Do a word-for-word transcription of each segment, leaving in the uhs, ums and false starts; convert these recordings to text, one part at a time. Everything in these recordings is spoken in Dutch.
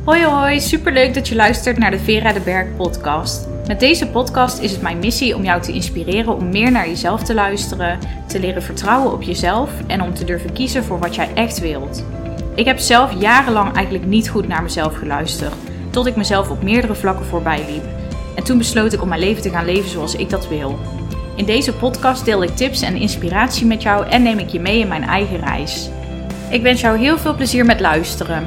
Hoi hoi, superleuk dat je luistert naar de Vera de Berg podcast. Met deze podcast is het mijn missie om jou te inspireren om meer naar jezelf te luisteren, te leren vertrouwen op jezelf en om te durven kiezen voor wat jij echt wilt. Ik heb zelf jarenlang eigenlijk niet goed naar mezelf geluisterd, tot ik mezelf op meerdere vlakken voorbij liep. En toen besloot ik om mijn leven te gaan leven zoals ik dat wil. In deze podcast deel ik tips en inspiratie met jou en neem ik je mee in mijn eigen reis. Ik wens jou heel veel plezier met luisteren.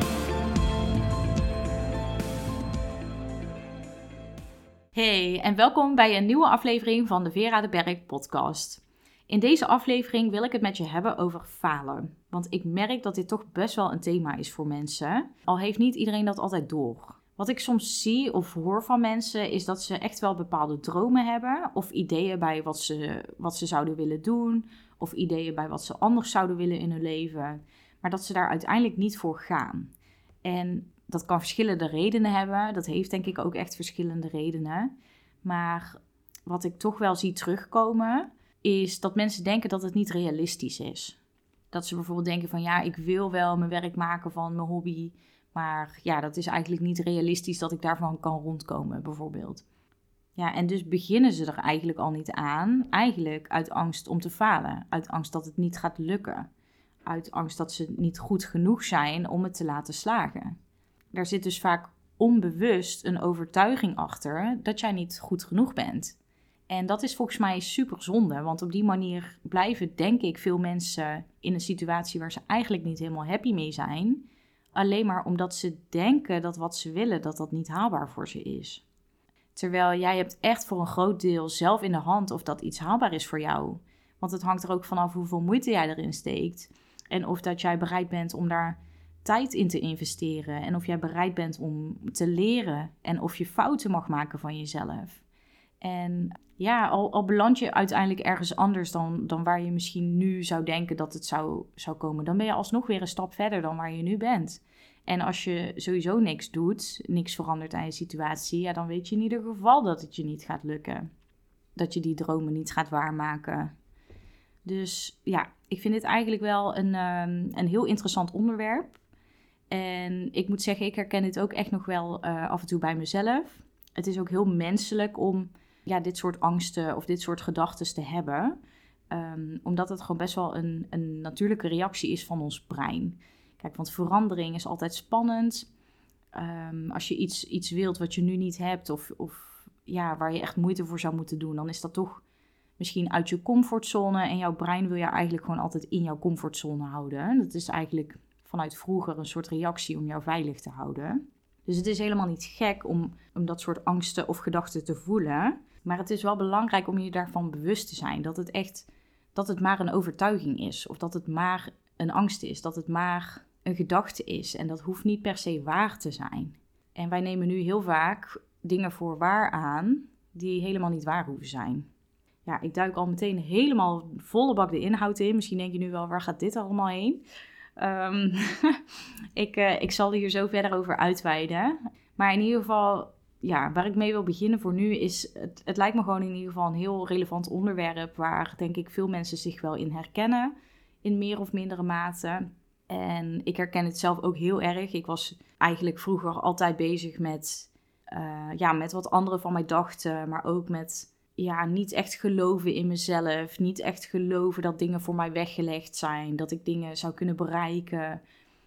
Hey en welkom bij een nieuwe aflevering van de Vera de Berg podcast. In deze aflevering wil ik het met je hebben over falen. Want ik merk dat dit toch best wel een thema is voor mensen. Al heeft niet iedereen dat altijd door. Wat ik soms zie of hoor van mensen is dat ze echt wel bepaalde dromen hebben. Of ideeën bij wat ze, wat ze zouden willen doen. Of ideeën bij wat ze anders zouden willen in hun leven. Maar dat ze daar uiteindelijk niet voor gaan. En dat kan verschillende redenen hebben. Dat heeft denk ik ook echt verschillende redenen. Maar wat ik toch wel zie terugkomen, is dat mensen denken dat het niet realistisch is. Dat ze bijvoorbeeld denken van ja, ik wil wel mijn werk maken van mijn hobby. Maar ja, dat is eigenlijk niet realistisch dat ik daarvan kan rondkomen bijvoorbeeld. Ja, en dus beginnen ze er eigenlijk al niet aan. Eigenlijk uit angst om te falen. Uit angst dat het niet gaat lukken. Uit angst dat ze niet goed genoeg zijn om het te laten slagen. Daar zit dus vaak onbewust een overtuiging achter dat jij niet goed genoeg bent. En dat is volgens mij super zonde, want op die manier blijven, denk ik, veel mensen in een situatie waar ze eigenlijk niet helemaal happy mee zijn. Alleen maar omdat ze denken dat wat ze willen, dat dat niet haalbaar voor ze is. Terwijl jij hebt echt voor een groot deel zelf in de hand of dat iets haalbaar is voor jou. Want het hangt er ook vanaf hoeveel moeite jij erin steekt. En of dat jij bereid bent om daar tijd in te investeren. En of jij bereid bent om te leren. En of je fouten mag maken van jezelf. En ja, al, al beland je uiteindelijk ergens anders dan, dan waar je misschien nu zou denken dat het zou, zou komen. Dan ben je alsnog weer een stap verder dan waar je nu bent. En als je sowieso niks doet, niks verandert aan je situatie, ja, dan weet je in ieder geval dat het je niet gaat lukken. Dat je die dromen niet gaat waarmaken. Dus ja, ik vind dit eigenlijk wel een, um, een heel interessant onderwerp. En ik moet zeggen, ik herken dit ook echt nog wel uh, af en toe bij mezelf. Het is ook heel menselijk om ja, dit soort angsten of dit soort gedachten te hebben. Um, omdat het gewoon best wel een, een natuurlijke reactie is van ons brein. Kijk, want verandering is altijd spannend. Um, als je iets, iets wilt wat je nu niet hebt of, of ja, waar je echt moeite voor zou moeten doen, dan is dat toch misschien uit je comfortzone. En jouw brein wil je eigenlijk gewoon altijd in jouw comfortzone houden. Dat is eigenlijk vanuit vroeger een soort reactie om jou veilig te houden. Dus het is helemaal niet gek om, om dat soort angsten of gedachten te voelen. Maar het is wel belangrijk om je daarvan bewust te zijn. Dat het echt, dat het maar een overtuiging is. Of dat het maar een angst is. Dat het maar een gedachte is. En dat hoeft niet per se waar te zijn. En wij nemen nu heel vaak dingen voor waar aan die helemaal niet waar hoeven zijn. Ja, ik duik al meteen helemaal volle bak de inhoud in. Misschien denk je nu wel, waar gaat dit allemaal heen? Um, ik, uh, ik zal hier zo verder over uitweiden. Maar in ieder geval, ja, waar ik mee wil beginnen voor nu is, het, het lijkt me gewoon in ieder geval een heel relevant onderwerp waar denk ik veel mensen zich wel in herkennen, in meer of mindere mate. En ik herken het zelf ook heel erg. Ik was eigenlijk vroeger altijd bezig met, uh, ja, met wat anderen van mij dachten, maar ook met ja, niet echt geloven in mezelf. Niet echt geloven dat dingen voor mij weggelegd zijn. Dat ik dingen zou kunnen bereiken.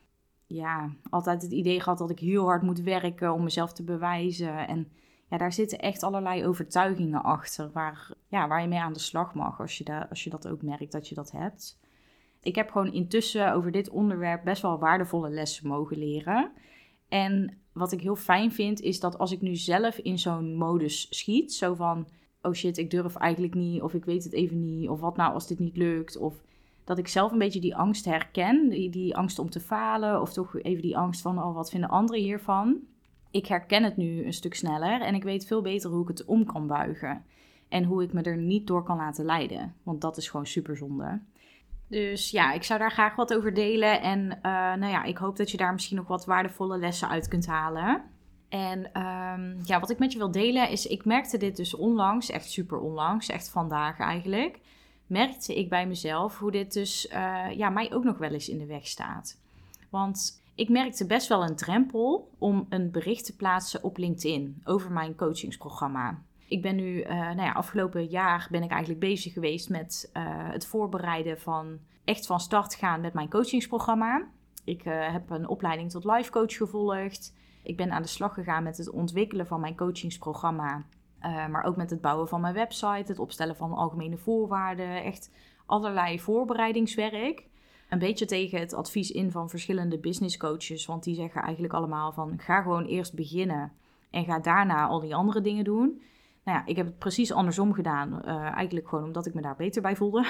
Ja, altijd het idee gehad dat ik heel hard moet werken om mezelf te bewijzen. En ja, daar zitten echt allerlei overtuigingen achter waar, ja, waar je mee aan de slag mag als je, da- als je dat ook merkt dat je dat hebt. Ik heb gewoon intussen over dit onderwerp best wel waardevolle lessen mogen leren. En wat ik heel fijn vind is dat als ik nu zelf in zo'n modus schiet, zo van oh shit, ik durf eigenlijk niet, of ik weet het even niet, of wat nou als dit niet lukt, of dat ik zelf een beetje die angst herken, die, die angst om te falen, of toch even die angst van, oh, wat vinden anderen hiervan? Ik herken het nu een stuk sneller en ik weet veel beter hoe ik het om kan buigen. En hoe ik me er niet door kan laten leiden, want dat is gewoon super zonde. Dus ja, ik zou daar graag wat over delen en uh, nou ja, ik hoop dat je daar misschien nog wat waardevolle lessen uit kunt halen. En um, ja, wat ik met je wil delen is, ik merkte dit dus onlangs, echt super onlangs, echt vandaag eigenlijk, merkte ik bij mezelf hoe dit dus uh, ja, mij ook nog wel eens in de weg staat. Want Ik merkte best wel een drempel om een bericht te plaatsen op LinkedIn over mijn coachingsprogramma. Ik ben nu, uh, nou ja, afgelopen jaar ben ik eigenlijk bezig geweest met uh, het voorbereiden van echt van start gaan met mijn coachingsprogramma. Ik uh, heb een opleiding tot life coach gevolgd. Ik ben aan de slag gegaan met het ontwikkelen van mijn coachingsprogramma. Uh, maar ook met het bouwen van mijn website, het opstellen van algemene voorwaarden. Echt allerlei voorbereidingswerk. Een beetje tegen het advies in van verschillende business coaches. Want die zeggen eigenlijk allemaal van ga gewoon eerst beginnen. En ga daarna al die andere dingen doen. Nou ja, ik heb het precies andersom gedaan. Uh, eigenlijk gewoon omdat ik me daar beter bij voelde.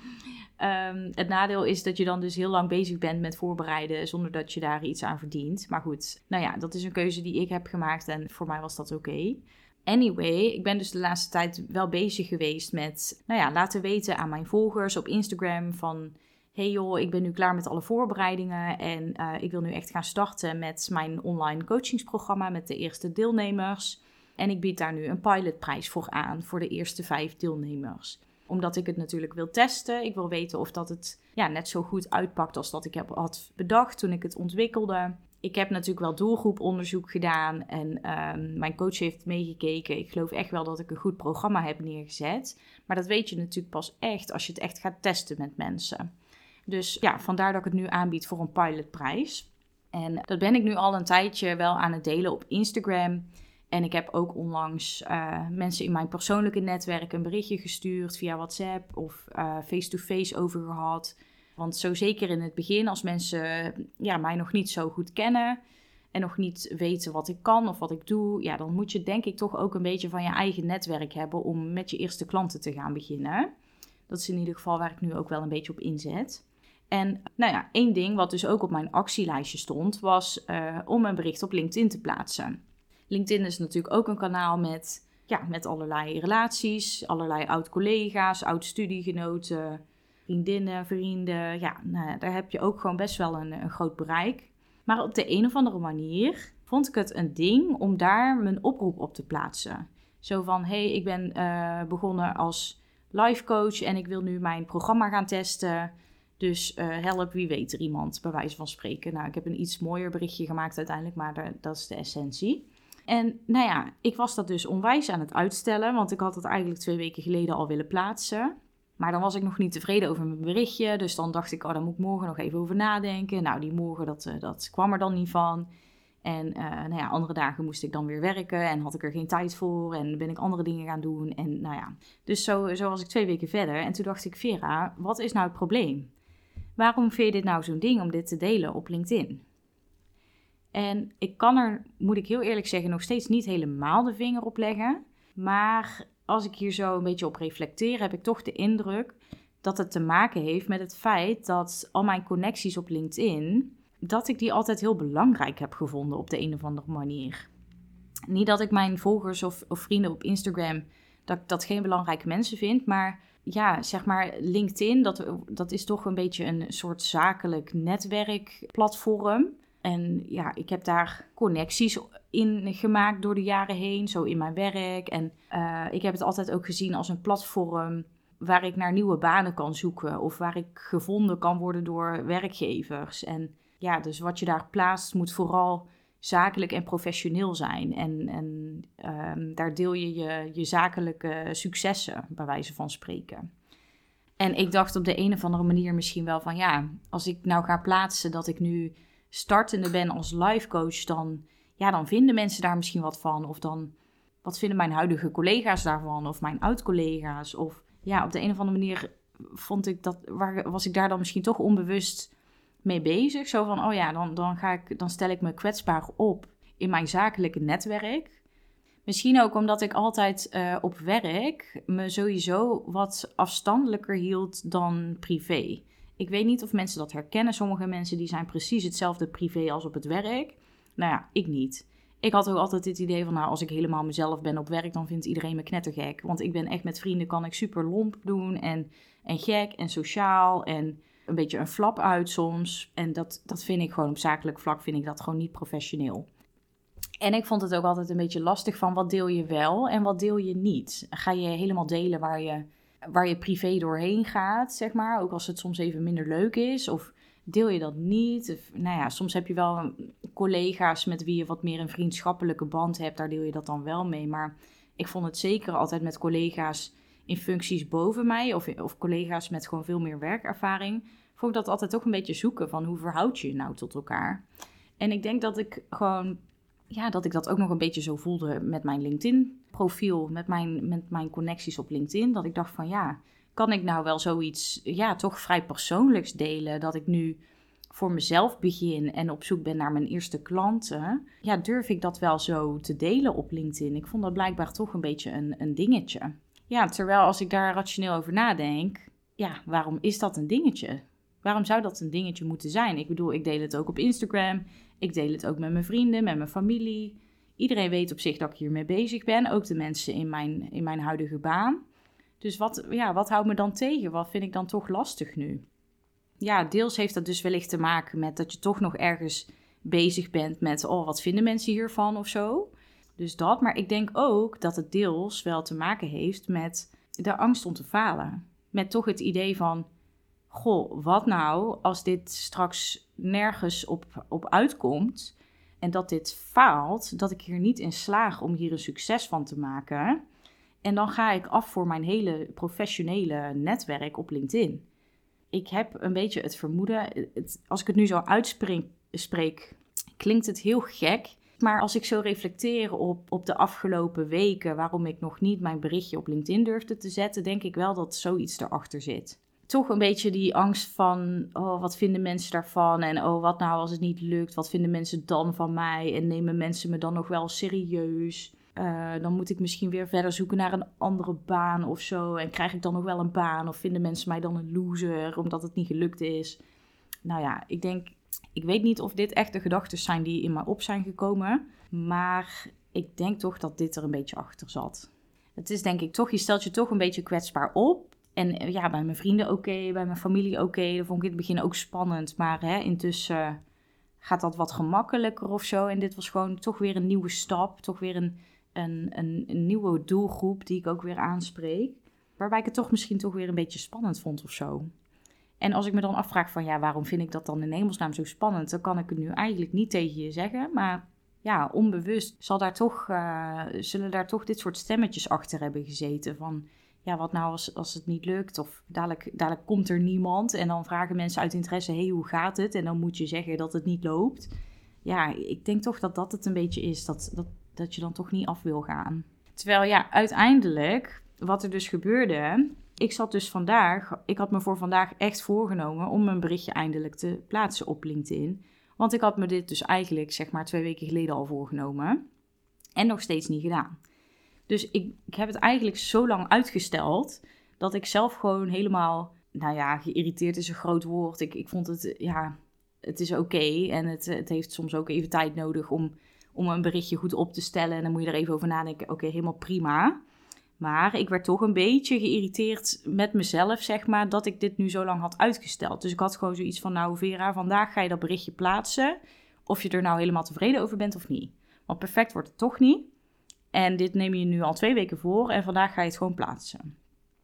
um, het nadeel is dat je dan dus heel lang bezig bent met voorbereiden zonder dat je daar iets aan verdient. Maar goed, nou ja, dat is een keuze die ik heb gemaakt en voor mij was dat oké. Okay. Anyway, ik ben dus de laatste tijd wel bezig geweest met, nou ja, laten weten aan mijn volgers op Instagram van hey joh, ik ben nu klaar met alle voorbereidingen en uh, ik wil nu echt gaan starten met mijn online coachingsprogramma met de eerste deelnemers. En ik bied daar nu een pilotprijs voor aan voor de eerste vijf deelnemers. Omdat ik het natuurlijk wil testen. Ik wil weten of dat het ja, net zo goed uitpakt als dat ik heb, had bedacht toen ik het ontwikkelde. Ik heb natuurlijk wel doelgroeponderzoek gedaan en uh, mijn coach heeft meegekeken. Ik geloof echt wel dat ik een goed programma heb neergezet. Maar dat weet je natuurlijk pas echt als je het echt gaat testen met mensen. Dus ja, vandaar dat ik het nu aanbied voor een pilotprijs. En dat ben ik nu al een tijdje wel aan het delen op Instagram. En ik heb ook onlangs uh, mensen in mijn persoonlijke netwerk een berichtje gestuurd via WhatsApp of uh, face-to-face over gehad. Want zo zeker in het begin, als mensen ja, mij nog niet zo goed kennen en nog niet weten wat ik kan of wat ik doe, ja, dan moet je denk ik toch ook een beetje van je eigen netwerk hebben om met je eerste klanten te gaan beginnen. Dat is in ieder geval waar ik nu ook wel een beetje op inzet. En nou ja, één ding wat dus ook op mijn actielijstje stond, was uh, om een bericht op LinkedIn te plaatsen. LinkedIn is natuurlijk ook een kanaal met, ja, met allerlei relaties, allerlei oud-collega's, oud-studiegenoten, vriendinnen, vrienden. Ja, nou, daar heb je ook gewoon best wel een, een groot bereik. Maar op de een of andere manier vond ik het een ding om daar mijn oproep op te plaatsen. Zo van, hé, hey, ik ben uh, begonnen als life coach en ik wil nu mijn programma gaan testen. Dus uh, help, wie weet er iemand, bij wijze van spreken. Nou, ik heb een iets mooier berichtje gemaakt uiteindelijk, maar de, dat is de essentie. En nou ja, ik was dat dus onwijs aan het uitstellen, want ik had het eigenlijk twee weken geleden al willen plaatsen. Maar dan was ik nog niet tevreden over mijn berichtje, dus dan dacht ik, oh, daar moet ik morgen nog even over nadenken. Nou, die morgen, dat, uh, dat kwam er dan niet van. En uh, nou ja, andere dagen moest ik dan weer werken en had ik er geen tijd voor en ben ik andere dingen gaan doen. En nou ja, dus zo, zo was ik twee weken verder. En toen dacht ik, Vera, wat is nou het probleem? Waarom vind je dit nou zo'n ding om dit te delen op LinkedIn? En ik kan er, moet ik heel eerlijk zeggen, nog steeds niet helemaal de vinger op leggen. Maar als ik hier zo een beetje op reflecteer, heb ik toch de indruk dat het te maken heeft met het feit dat al mijn connecties op LinkedIn, dat ik die altijd heel belangrijk heb gevonden op de een of andere manier. Niet dat ik mijn volgers of, of vrienden op Instagram, dat ik dat geen belangrijke mensen vind, maar ja, zeg maar LinkedIn, dat, dat is toch een beetje een soort zakelijk netwerkplatform. En ja, ik heb daar connecties in gemaakt door de jaren heen, zo in mijn werk. En uh, ik heb het altijd ook gezien als een platform waar ik naar nieuwe banen kan zoeken of waar ik gevonden kan worden door werkgevers. En ja, dus wat je daar plaatst moet vooral zakelijk en professioneel zijn. En, en um, daar deel je, je je zakelijke successen, bij wijze van spreken. En ik dacht op de een of andere manier misschien wel van ja, als ik nou ga plaatsen dat ik nu startende ben als life coach, dan, ja, dan vinden mensen daar misschien wat van. Of dan, wat vinden mijn huidige collega's daarvan? Of mijn oud-collega's? Of ja, op de een of andere manier vond ik dat, waar, was ik daar dan misschien toch onbewust mee bezig. Zo van, oh ja, dan, dan, ga ik, dan stel ik me kwetsbaar op in mijn zakelijke netwerk. Misschien ook omdat ik altijd uh, op werk me sowieso wat afstandelijker hield dan privé. Ik weet niet of mensen dat herkennen. Sommige mensen die zijn precies hetzelfde privé als op het werk. Nou ja, ik niet. Ik had ook altijd dit idee van, nou, als ik helemaal mezelf ben op werk, dan vindt iedereen me knettergek. Want ik ben echt met vrienden, kan ik super lomp doen en, en gek en sociaal en een beetje een flap uit soms. En dat, dat vind ik gewoon op zakelijk vlak, vind ik dat gewoon niet professioneel. En ik vond het ook altijd een beetje lastig van, wat deel je wel en wat deel je niet? Ga je helemaal delen waar je, waar je privé doorheen gaat, zeg maar, ook als het soms even minder leuk is? Of deel je dat niet? Of, nou ja, soms heb je wel collega's met wie je wat meer een vriendschappelijke band hebt. Daar deel je dat dan wel mee. Maar ik vond het zeker altijd met collega's in functies boven mij. Of, of collega's met gewoon veel meer werkervaring. Vond ik dat altijd toch een beetje zoeken van hoe verhoud je je nou tot elkaar. En ik denk dat ik gewoon, ja, dat ik dat ook nog een beetje zo voelde met mijn LinkedIn profiel. Met mijn, met mijn connecties op LinkedIn. Dat ik dacht van ja, kan ik nou wel zoiets, ja, toch vrij persoonlijks delen? Dat ik nu voor mezelf begin en op zoek ben naar mijn eerste klanten. Ja, durf ik dat wel zo te delen op LinkedIn? Ik vond dat blijkbaar toch een beetje een, een dingetje. Ja, terwijl als ik daar rationeel over nadenk, ja, waarom is dat een dingetje? Waarom zou dat een dingetje moeten zijn? Ik bedoel, ik deel het ook op Instagram. Ik deel het ook met mijn vrienden, met mijn familie. Iedereen weet op zich dat ik hiermee bezig ben. Ook de mensen in mijn, in mijn huidige baan. Dus wat, ja, wat houdt me dan tegen? Wat vind ik dan toch lastig nu? Ja, deels heeft dat dus wellicht te maken met dat je toch nog ergens bezig bent met, oh, wat vinden mensen hiervan of zo? Dus dat, maar ik denk ook dat het deels wel te maken heeft met de angst om te falen. Met toch het idee van, goh, wat nou als dit straks nergens op, op uitkomt en dat dit faalt, dat ik hier niet in slaag om hier een succes van te maken. En dan ga ik af voor mijn hele professionele netwerk op LinkedIn. Ik heb een beetje het vermoeden, het, als ik het nu zo uitspreek, klinkt het heel gek. Maar als ik zo reflecteer op, op de afgelopen weken, waarom ik nog niet mijn berichtje op LinkedIn durfde te zetten, denk ik wel dat zoiets erachter zit. Toch een beetje die angst van, oh, wat vinden mensen daarvan? En oh, wat nou als het niet lukt? Wat vinden mensen dan van mij? En nemen mensen me dan nog wel serieus? Uh, dan moet ik misschien weer verder zoeken naar een andere baan of zo. En krijg ik dan nog wel een baan? Of vinden mensen mij dan een loser omdat het niet gelukt is? Nou ja, ik denk, ik weet niet of dit echt de gedachten zijn die in mij op zijn gekomen. Maar ik denk toch dat dit er een beetje achter zat. Het is denk ik toch, je stelt je toch een beetje kwetsbaar op. En ja, bij mijn vrienden oké, okay, bij mijn familie oké. Okay. Dat vond ik in het begin ook spannend. Maar hè, intussen gaat dat wat gemakkelijker of zo. En dit was gewoon toch weer een nieuwe stap. Toch weer een, een, een, een nieuwe doelgroep die ik ook weer aanspreek. Waarbij ik het toch misschien toch weer een beetje spannend vond of zo. En als ik me dan afvraag van ja, waarom vind ik dat dan in hemelsnaam zo spannend? Dan kan ik het nu eigenlijk niet tegen je zeggen. Maar ja, onbewust zal daar toch, uh, zullen daar toch dit soort stemmetjes achter hebben gezeten van, ja, wat nou als, als het niet lukt? Of dadelijk, dadelijk komt er niemand en dan vragen mensen uit interesse, hé, hey, hoe gaat het? En dan moet je zeggen dat het niet loopt. Ja, ik denk toch dat dat het een beetje is, dat, dat, dat je dan toch niet af wil gaan. Terwijl ja, uiteindelijk, wat er dus gebeurde, ik zat dus vandaag, ik had me voor vandaag echt voorgenomen om mijn berichtje eindelijk te plaatsen op LinkedIn. Want ik had me dit dus eigenlijk, zeg maar, twee weken geleden al voorgenomen en nog steeds niet gedaan. Dus ik, ik heb het eigenlijk zo lang uitgesteld dat ik zelf gewoon helemaal, nou ja, geïrriteerd is een groot woord. Ik, ik vond het, ja, het is oké okay en het, het heeft soms ook even tijd nodig om, om een berichtje goed op te stellen. En dan moet je er even over nadenken, oké, okay, helemaal prima. Maar ik werd toch een beetje geïrriteerd met mezelf, zeg maar, dat ik dit nu zo lang had uitgesteld. Dus ik had gewoon zoiets van, nou Vera, vandaag ga je dat berichtje plaatsen. Of je er nou helemaal tevreden over bent of niet. Want perfect wordt het toch niet. En dit neem je nu al twee weken voor en vandaag ga je het gewoon plaatsen.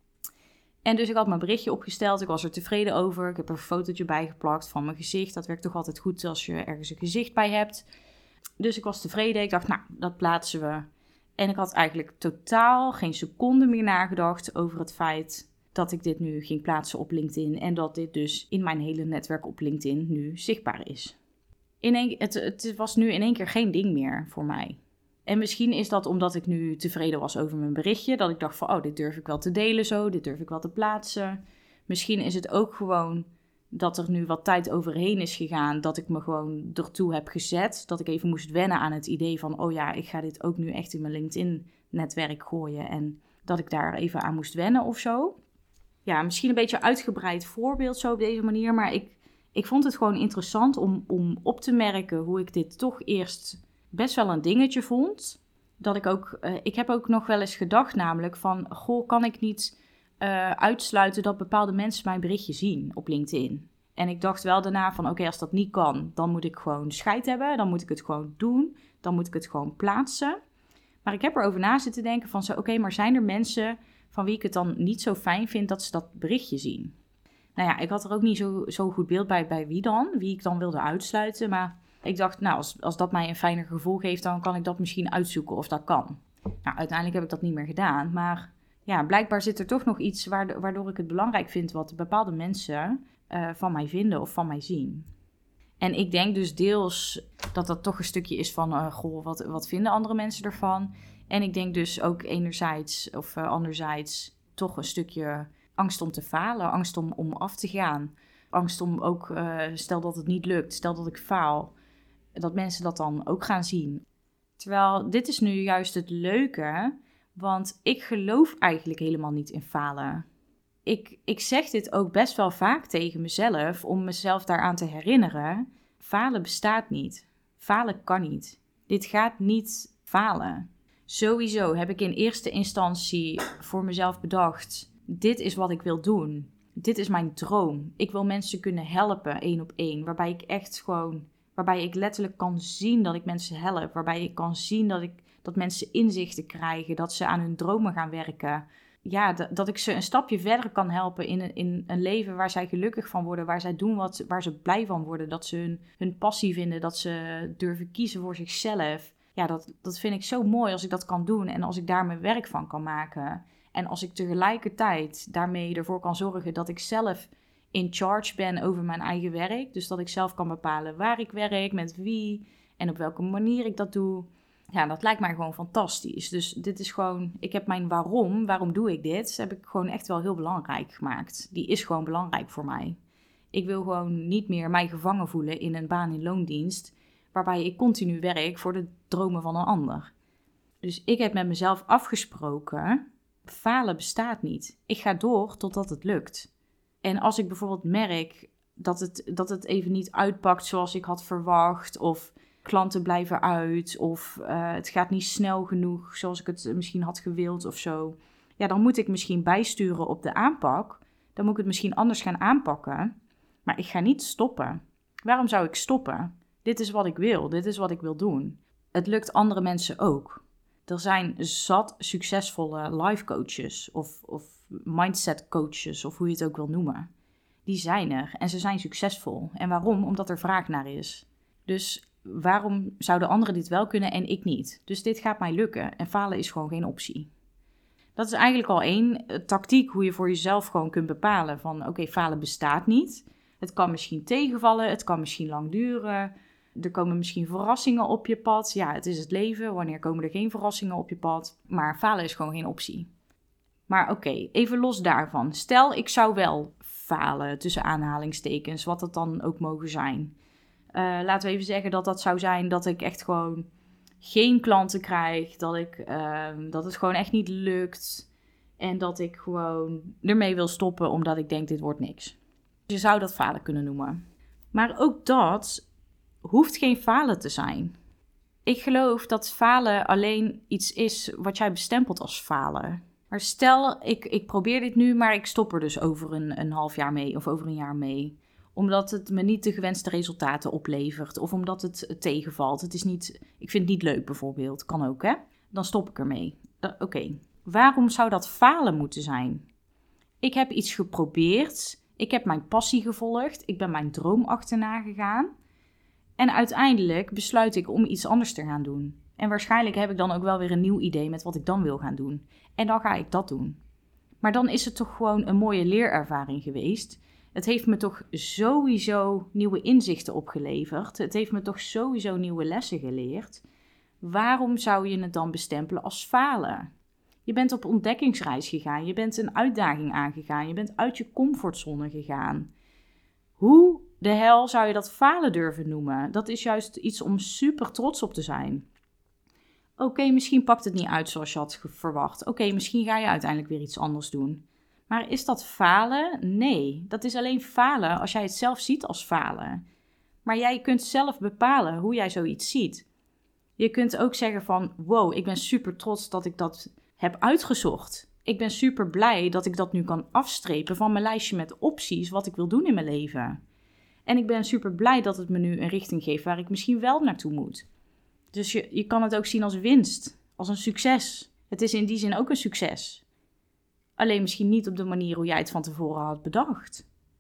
En dus ik had mijn berichtje opgesteld, ik was er tevreden over. Ik heb er een fotootje bij geplakt van mijn gezicht. Dat werkt toch altijd goed als je ergens een gezicht bij hebt. Dus ik was tevreden, ik dacht, nou, dat plaatsen we. En ik had eigenlijk totaal geen seconde meer nagedacht over het feit dat ik dit nu ging plaatsen op LinkedIn. En dat dit dus in mijn hele netwerk op LinkedIn nu zichtbaar is. In een, het, het was nu in één keer geen ding meer voor mij. En misschien is dat omdat ik nu tevreden was over mijn berichtje. Dat ik dacht van, oh, dit durf ik wel te delen zo. Dit durf ik wel te plaatsen. Misschien is het ook gewoon dat er nu wat tijd overheen is gegaan. Dat ik me gewoon ertoe heb gezet. Dat ik even moest wennen aan het idee van, oh ja, ik ga dit ook nu echt in mijn LinkedIn-netwerk gooien. En dat ik daar even aan moest wennen of zo. Ja, misschien een beetje een uitgebreid voorbeeld zo op deze manier. Maar ik, ik vond het gewoon interessant om, om op te merken hoe ik dit toch eerst best wel een dingetje vond. Dat ik ook, uh, ik heb ook nog wel eens gedacht namelijk van, goh, kan ik niet uh, uitsluiten dat bepaalde mensen mijn berichtje zien op LinkedIn? En ik dacht wel daarna van, oké, okay, als dat niet kan, dan moet ik gewoon scheid hebben. Dan moet ik het gewoon doen. Dan moet ik het gewoon plaatsen. Maar ik heb erover na zitten denken van, oké, okay, maar zijn er mensen van wie ik het dan niet zo fijn vind dat ze dat berichtje zien? Nou ja, ik had er ook niet zo, zo goed beeld bij, bij wie dan, wie ik dan wilde uitsluiten. Maar ik dacht, nou, als, als dat mij een fijner gevoel geeft, dan kan ik dat misschien uitzoeken of dat kan. Nou, uiteindelijk heb ik dat niet meer gedaan. Maar ja, blijkbaar zit er toch nog iets waardoor ik het belangrijk vind wat bepaalde mensen uh, van mij vinden of van mij zien. En ik denk dus deels dat dat toch een stukje is van, uh, goh, wat, wat vinden andere mensen ervan? En ik denk dus ook enerzijds of uh, anderzijds toch een stukje angst om te falen, angst om, om af te gaan. Angst om ook, uh, stel dat het niet lukt, stel dat ik faal, dat mensen dat dan ook gaan zien. Terwijl dit is nu juist het leuke, want ik geloof eigenlijk helemaal niet in falen. Ik, ik zeg dit ook best wel vaak tegen mezelf, om mezelf daaraan te herinneren. Falen bestaat niet. Falen kan niet. Dit gaat niet falen. Sowieso heb ik in eerste instantie voor mezelf bedacht, dit is wat ik wil doen. Dit is mijn droom. Ik wil mensen kunnen helpen, één op één. Waarbij ik echt gewoon, waarbij ik letterlijk kan zien dat ik mensen help. Waarbij ik kan zien dat, ik, dat mensen inzichten krijgen, dat ze aan hun dromen gaan werken. Ja, dat, dat ik ze een stapje verder kan helpen in een, in een leven waar zij gelukkig van worden. Waar zij doen wat, waar ze blij van worden. Dat ze hun, hun passie vinden, dat ze durven kiezen voor zichzelf. Ja, dat, dat vind ik zo mooi als ik dat kan doen en als ik daar mijn werk van kan maken. En als ik tegelijkertijd daarmee ervoor kan zorgen dat ik zelf in charge ben over mijn eigen werk. Dus dat ik zelf kan bepalen waar ik werk, met wie en op welke manier ik dat doe. Ja, dat lijkt mij gewoon fantastisch. Dus dit is gewoon, ik heb mijn waarom, waarom doe ik dit, heb ik gewoon echt wel heel belangrijk gemaakt. Die is gewoon belangrijk voor mij. Ik wil gewoon niet meer mij gevangen voelen in een baan in loondienst, waarbij ik continu werk voor de dromen van een ander. Dus ik heb met mezelf afgesproken, falen bestaat niet. Ik ga door totdat het lukt. En als ik bijvoorbeeld merk dat het, dat het even niet uitpakt zoals ik had verwacht, of klanten blijven uit, of uh, het gaat niet snel genoeg zoals ik het misschien had gewild of zo, ja, dan moet ik misschien bijsturen op de aanpak. Dan moet ik het misschien anders gaan aanpakken. Maar ik ga niet stoppen. Waarom zou ik stoppen? Dit is wat ik wil. Dit is wat ik wil doen. Het lukt andere mensen ook. Er zijn zat succesvolle life coaches of, of mindset coaches, of hoe je het ook wil noemen. Die zijn er en ze zijn succesvol. En waarom? Omdat er vraag naar is. Dus waarom zouden anderen dit wel kunnen en ik niet? Dus dit gaat mij lukken en falen is gewoon geen optie. Dat is eigenlijk al één tactiek hoe je voor jezelf gewoon kunt bepalen van oké, okay, falen bestaat niet. Het kan misschien tegenvallen, het kan misschien lang duren. Er komen misschien verrassingen op je pad. Ja, het is het leven. Wanneer komen er geen verrassingen op je pad? Maar falen is gewoon geen optie. Maar oké, okay, even los daarvan. Stel, ik zou wel falen, tussen aanhalingstekens, wat dat dan ook mogen zijn. Uh, laten we even zeggen dat dat zou zijn dat ik echt gewoon geen klanten krijg. Dat, ik, uh, dat het gewoon echt niet lukt. En dat ik gewoon ermee wil stoppen omdat ik denk dit wordt niks. Je zou dat falen kunnen noemen. Maar ook dat hoeft geen falen te zijn. Ik geloof dat falen alleen iets is wat jij bestempelt als falen. Maar stel, ik, ik probeer dit nu, maar ik stop er dus over een, een half jaar mee of over een jaar mee. Omdat het me niet de gewenste resultaten oplevert of omdat het tegenvalt. Het is niet, ik vind het niet leuk bijvoorbeeld, kan ook hè. Dan stop ik ermee. Oké, okay. Waarom zou dat falen moeten zijn? Ik heb iets geprobeerd, ik heb mijn passie gevolgd, ik ben mijn droom achterna gegaan. En uiteindelijk besluit ik om iets anders te gaan doen. En waarschijnlijk heb ik dan ook wel weer een nieuw idee met wat ik dan wil gaan doen. En dan ga ik dat doen. Maar dan is het toch gewoon een mooie leerervaring geweest. Het heeft me toch sowieso nieuwe inzichten opgeleverd. Het heeft me toch sowieso nieuwe lessen geleerd. Waarom zou je het dan bestempelen als falen? Je bent op ontdekkingsreis gegaan. Je bent een uitdaging aangegaan. Je bent uit je comfortzone gegaan. Hoe de hel zou je dat falen durven noemen? Dat is juist iets om super trots op te zijn. Oké, okay, misschien pakt het niet uit zoals je had verwacht. Oké, okay, misschien ga je uiteindelijk weer iets anders doen. Maar is dat falen? Nee, dat is alleen falen als jij het zelf ziet als falen. Maar jij kunt zelf bepalen hoe jij zoiets ziet. Je kunt ook zeggen van, wow, ik ben super trots dat ik dat heb uitgezocht. Ik ben super blij dat ik dat nu kan afstrepen van mijn lijstje met opties wat ik wil doen in mijn leven. En ik ben super blij dat het me nu een richting geeft waar ik misschien wel naartoe moet. Dus je, je kan het ook zien als winst, als een succes. Het is in die zin ook een succes. Alleen misschien niet op de manier hoe jij het van tevoren had bedacht.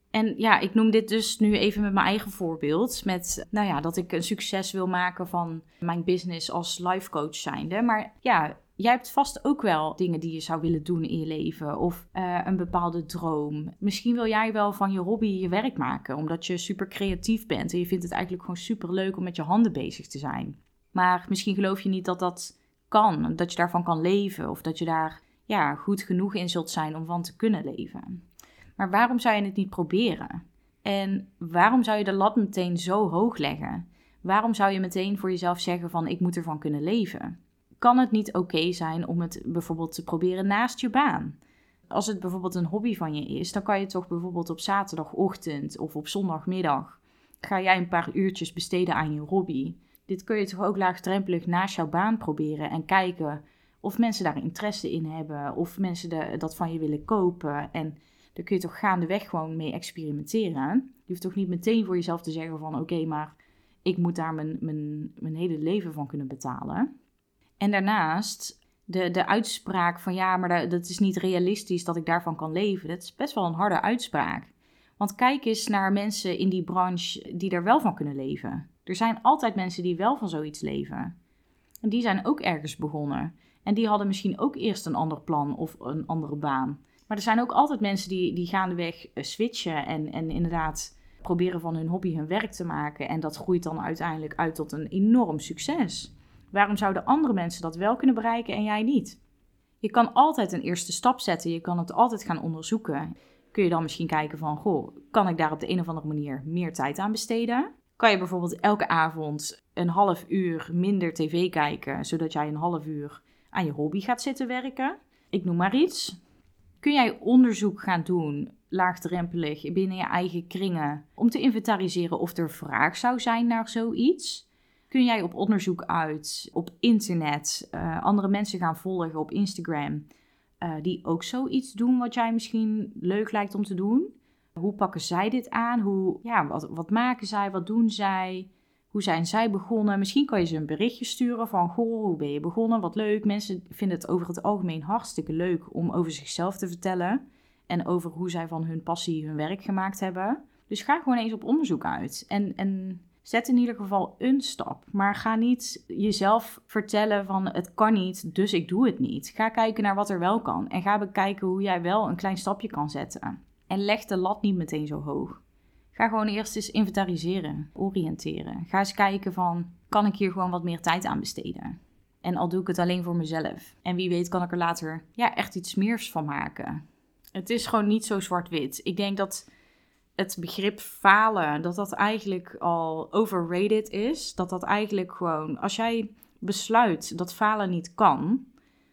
En ja, ik noem dit dus nu even met mijn eigen voorbeeld. Met, nou ja, dat ik een succes wil maken van mijn business als life coach zijnde. Maar ja, jij hebt vast ook wel dingen die je zou willen doen in je leven. Of uh, een bepaalde droom. Misschien wil jij wel van je hobby je werk maken. Omdat je super creatief bent. En je vindt het eigenlijk gewoon super leuk om met je handen bezig te zijn. Maar misschien geloof je niet dat dat kan. Dat je daarvan kan leven. Of dat je daar ja, goed genoeg in zult zijn om van te kunnen leven. Maar waarom zou je het niet proberen? En waarom zou je de lat meteen zo hoog leggen? Waarom zou je meteen voor jezelf zeggen van ik moet ervan kunnen leven? Kan het niet oké zijn om het bijvoorbeeld te proberen naast je baan? Als het bijvoorbeeld een hobby van je is, dan kan je toch bijvoorbeeld op zaterdagochtend of op zondagmiddag ga jij een paar uurtjes besteden aan je hobby. Dit kun je toch ook laagdrempelig naast jouw baan proberen en kijken of mensen daar interesse in hebben, of mensen de, dat van je willen kopen. En daar kun je toch gaandeweg gewoon mee experimenteren. Je hoeft toch niet meteen voor jezelf te zeggen van oké, okay, maar ik moet daar mijn, mijn, mijn hele leven van kunnen betalen. En daarnaast de, de uitspraak van ja, maar dat, dat is niet realistisch dat ik daarvan kan leven. Dat is best wel een harde uitspraak. Want kijk eens naar mensen in die branche die er wel van kunnen leven. Er zijn altijd mensen die wel van zoiets leven. En die zijn ook ergens begonnen. En die hadden misschien ook eerst een ander plan of een andere baan. Maar er zijn ook altijd mensen die, die gaandeweg switchen en, en inderdaad proberen van hun hobby hun werk te maken. En dat groeit dan uiteindelijk uit tot een enorm succes. Waarom zouden andere mensen dat wel kunnen bereiken en jij niet? Je kan altijd een eerste stap zetten. Je kan het altijd gaan onderzoeken. Kun je dan misschien kijken van, goh, kan ik daar op de een of andere manier meer tijd aan besteden? Kan je bijvoorbeeld elke avond een half uur minder tv kijken, zodat jij een half uur aan je hobby gaat zitten werken? Ik noem maar iets. Kun jij onderzoek gaan doen, laagdrempelig, binnen je eigen kringen, om te inventariseren of er vraag zou zijn naar zoiets? Kun jij op onderzoek uit, op internet, uh, andere mensen gaan volgen op Instagram, uh, die ook zoiets doen wat jij misschien leuk lijkt om te doen? Hoe pakken zij dit aan? Hoe, ja, wat, wat maken zij? Wat doen zij? Hoe zijn zij begonnen? Misschien kan je ze een berichtje sturen van, goh, hoe ben je begonnen? Wat leuk. Mensen vinden het over het algemeen hartstikke leuk om over zichzelf te vertellen. En over hoe zij van hun passie hun werk gemaakt hebben. Dus ga gewoon eens op onderzoek uit. En, en zet in ieder geval een stap. Maar ga niet jezelf vertellen van, het kan niet, dus ik doe het niet. Ga kijken naar wat er wel kan. En ga bekijken hoe jij wel een klein stapje kan zetten. En leg de lat niet meteen zo hoog. Ga gewoon eerst eens inventariseren, oriënteren. Ga eens kijken van, kan ik hier gewoon wat meer tijd aan besteden? En al doe ik het alleen voor mezelf. En wie weet kan ik er later ja, echt iets meers van maken. Het is gewoon niet zo zwart-wit. Ik denk dat het begrip falen, dat dat eigenlijk al overrated is. Dat dat eigenlijk gewoon, als jij besluit dat falen niet kan,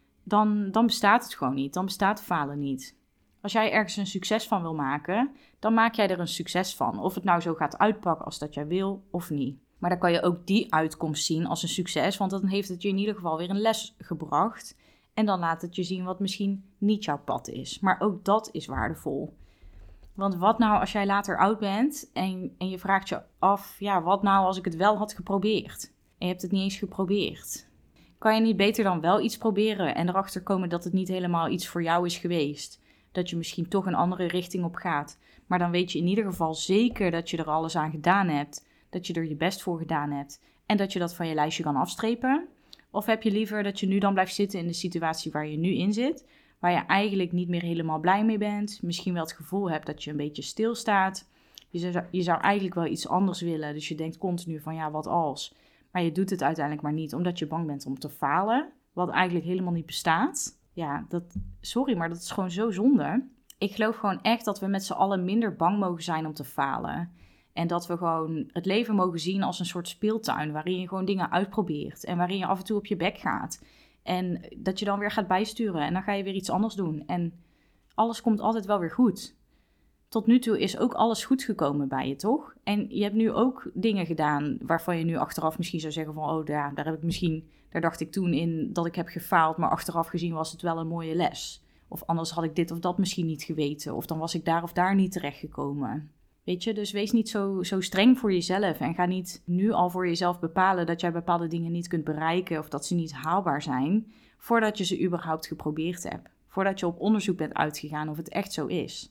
dan, dan bestaat het gewoon niet. Dan bestaat falen niet. Als jij ergens een succes van wil maken, dan maak jij er een succes van. Of het nou zo gaat uitpakken als dat jij wil of niet. Maar dan kan je ook die uitkomst zien als een succes, want dan heeft het je in ieder geval weer een les gebracht. En dan laat het je zien wat misschien niet jouw pad is. Maar ook dat is waardevol. Want wat nou als jij later oud bent en, en je vraagt je af, ja, wat nou als ik het wel had geprobeerd? En je hebt het niet eens geprobeerd. Kan je niet beter dan wel iets proberen en erachter komen dat het niet helemaal iets voor jou is geweest? Dat je misschien toch een andere richting op gaat. Maar dan weet je in ieder geval zeker dat je er alles aan gedaan hebt. Dat je er je best voor gedaan hebt. En dat je dat van je lijstje kan afstrepen. Of heb je liever dat je nu dan blijft zitten in de situatie waar je nu in zit. Waar je eigenlijk niet meer helemaal blij mee bent. Misschien wel het gevoel hebt dat je een beetje stilstaat. Je zou, je zou eigenlijk wel iets anders willen. Dus je denkt continu van ja, wat als. Maar je doet het uiteindelijk maar niet. Omdat je bang bent om te falen. Wat eigenlijk helemaal niet bestaat. Ja, dat, sorry, maar dat is gewoon zo zonde. Ik geloof gewoon echt dat we met z'n allen minder bang mogen zijn om te falen. En dat we gewoon het leven mogen zien als een soort speeltuin. Waarin je gewoon dingen uitprobeert. En waarin je af en toe op je bek gaat. En dat je dan weer gaat bijsturen. En dan ga je weer iets anders doen. En alles komt altijd wel weer goed. Tot nu toe is ook alles goed gekomen bij je, toch? En je hebt nu ook dingen gedaan waarvan je nu achteraf misschien zou zeggen van, oh ja, daar heb ik misschien, daar dacht ik toen in dat ik heb gefaald, maar achteraf gezien was het wel een mooie les. Of anders had ik dit of dat misschien niet geweten. Of dan was ik daar of daar niet terechtgekomen. Weet je, dus wees niet zo, zo streng voor jezelf. En ga niet nu al voor jezelf bepalen dat jij bepaalde dingen niet kunt bereiken of dat ze niet haalbaar zijn, voordat je ze überhaupt geprobeerd hebt. Voordat je op onderzoek bent uitgegaan of het echt zo is.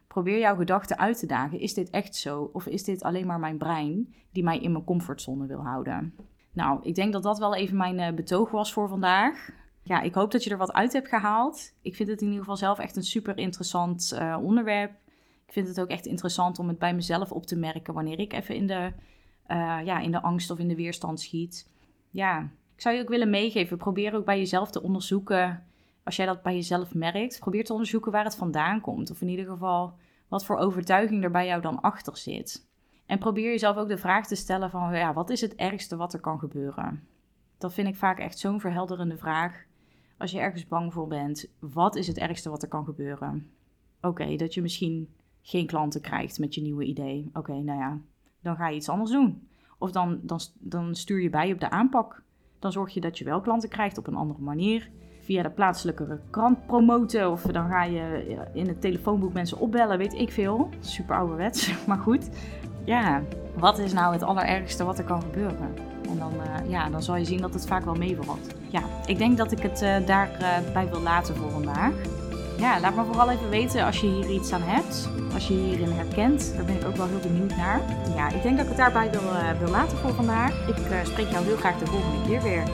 Probeer jouw gedachten uit te dagen. Is dit echt zo? Of is dit alleen maar mijn brein die mij in mijn comfortzone wil houden? Nou, ik denk dat dat wel even mijn uh, betoog was voor vandaag. Ja, ik hoop dat je er wat uit hebt gehaald. Ik vind het in ieder geval zelf echt een super interessant uh, onderwerp. Ik vind het ook echt interessant om het bij mezelf op te merken wanneer ik even in de, uh, ja, in de angst of in de weerstand schiet. Ja, ik zou je ook willen meegeven. Probeer ook bij jezelf te onderzoeken. Als jij dat bij jezelf merkt, probeer te onderzoeken waar het vandaan komt. Of in ieder geval wat voor overtuiging er bij jou dan achter zit. En probeer jezelf ook de vraag te stellen van, ja, wat is het ergste wat er kan gebeuren? Dat vind ik vaak echt zo'n verhelderende vraag. Als je ergens bang voor bent, wat is het ergste wat er kan gebeuren? Oké, okay, dat je misschien geen klanten krijgt met je nieuwe idee. Oké, okay, nou ja, dan ga je iets anders doen. Of dan, dan, dan stuur je bij op de aanpak. Dan zorg je dat je wel klanten krijgt op een andere manier. Via de plaatselijke krant promoten. Of dan ga je in het telefoonboek mensen opbellen, weet ik veel. Super ouderwets, maar goed. Ja, wat is nou het allerergste wat er kan gebeuren? En dan, uh, ja, dan zal je zien dat het vaak wel meevalt. Ja, ik denk dat ik het uh, daarbij uh, wil laten voor vandaag. Ja, laat me vooral even weten als je hier iets aan hebt. Als je je hierin herkent. Daar ben ik ook wel heel benieuwd naar. Ja, ik denk dat ik het daarbij wil, uh, wil laten voor vandaag. Ik uh, spreek jou heel graag de volgende keer weer.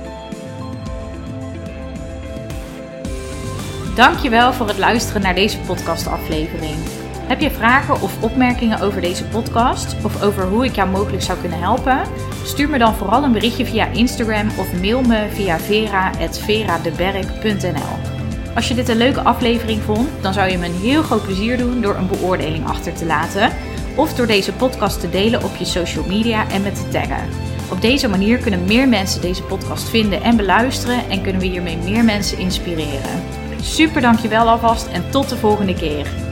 Dankjewel voor het luisteren naar deze podcastaflevering. Heb je vragen of opmerkingen over deze podcast of over hoe ik jou mogelijk zou kunnen helpen? Stuur me dan vooral een berichtje via Instagram of mail me via vera at veradeberk punt n l. Als je dit een leuke aflevering vond, dan zou je me een heel groot plezier doen door een beoordeling achter te laten of door deze podcast te delen op je social media en me te taggen. Op deze manier kunnen meer mensen deze podcast vinden en beluisteren en kunnen we hiermee meer mensen inspireren. Super dankjewel alvast en tot de volgende keer.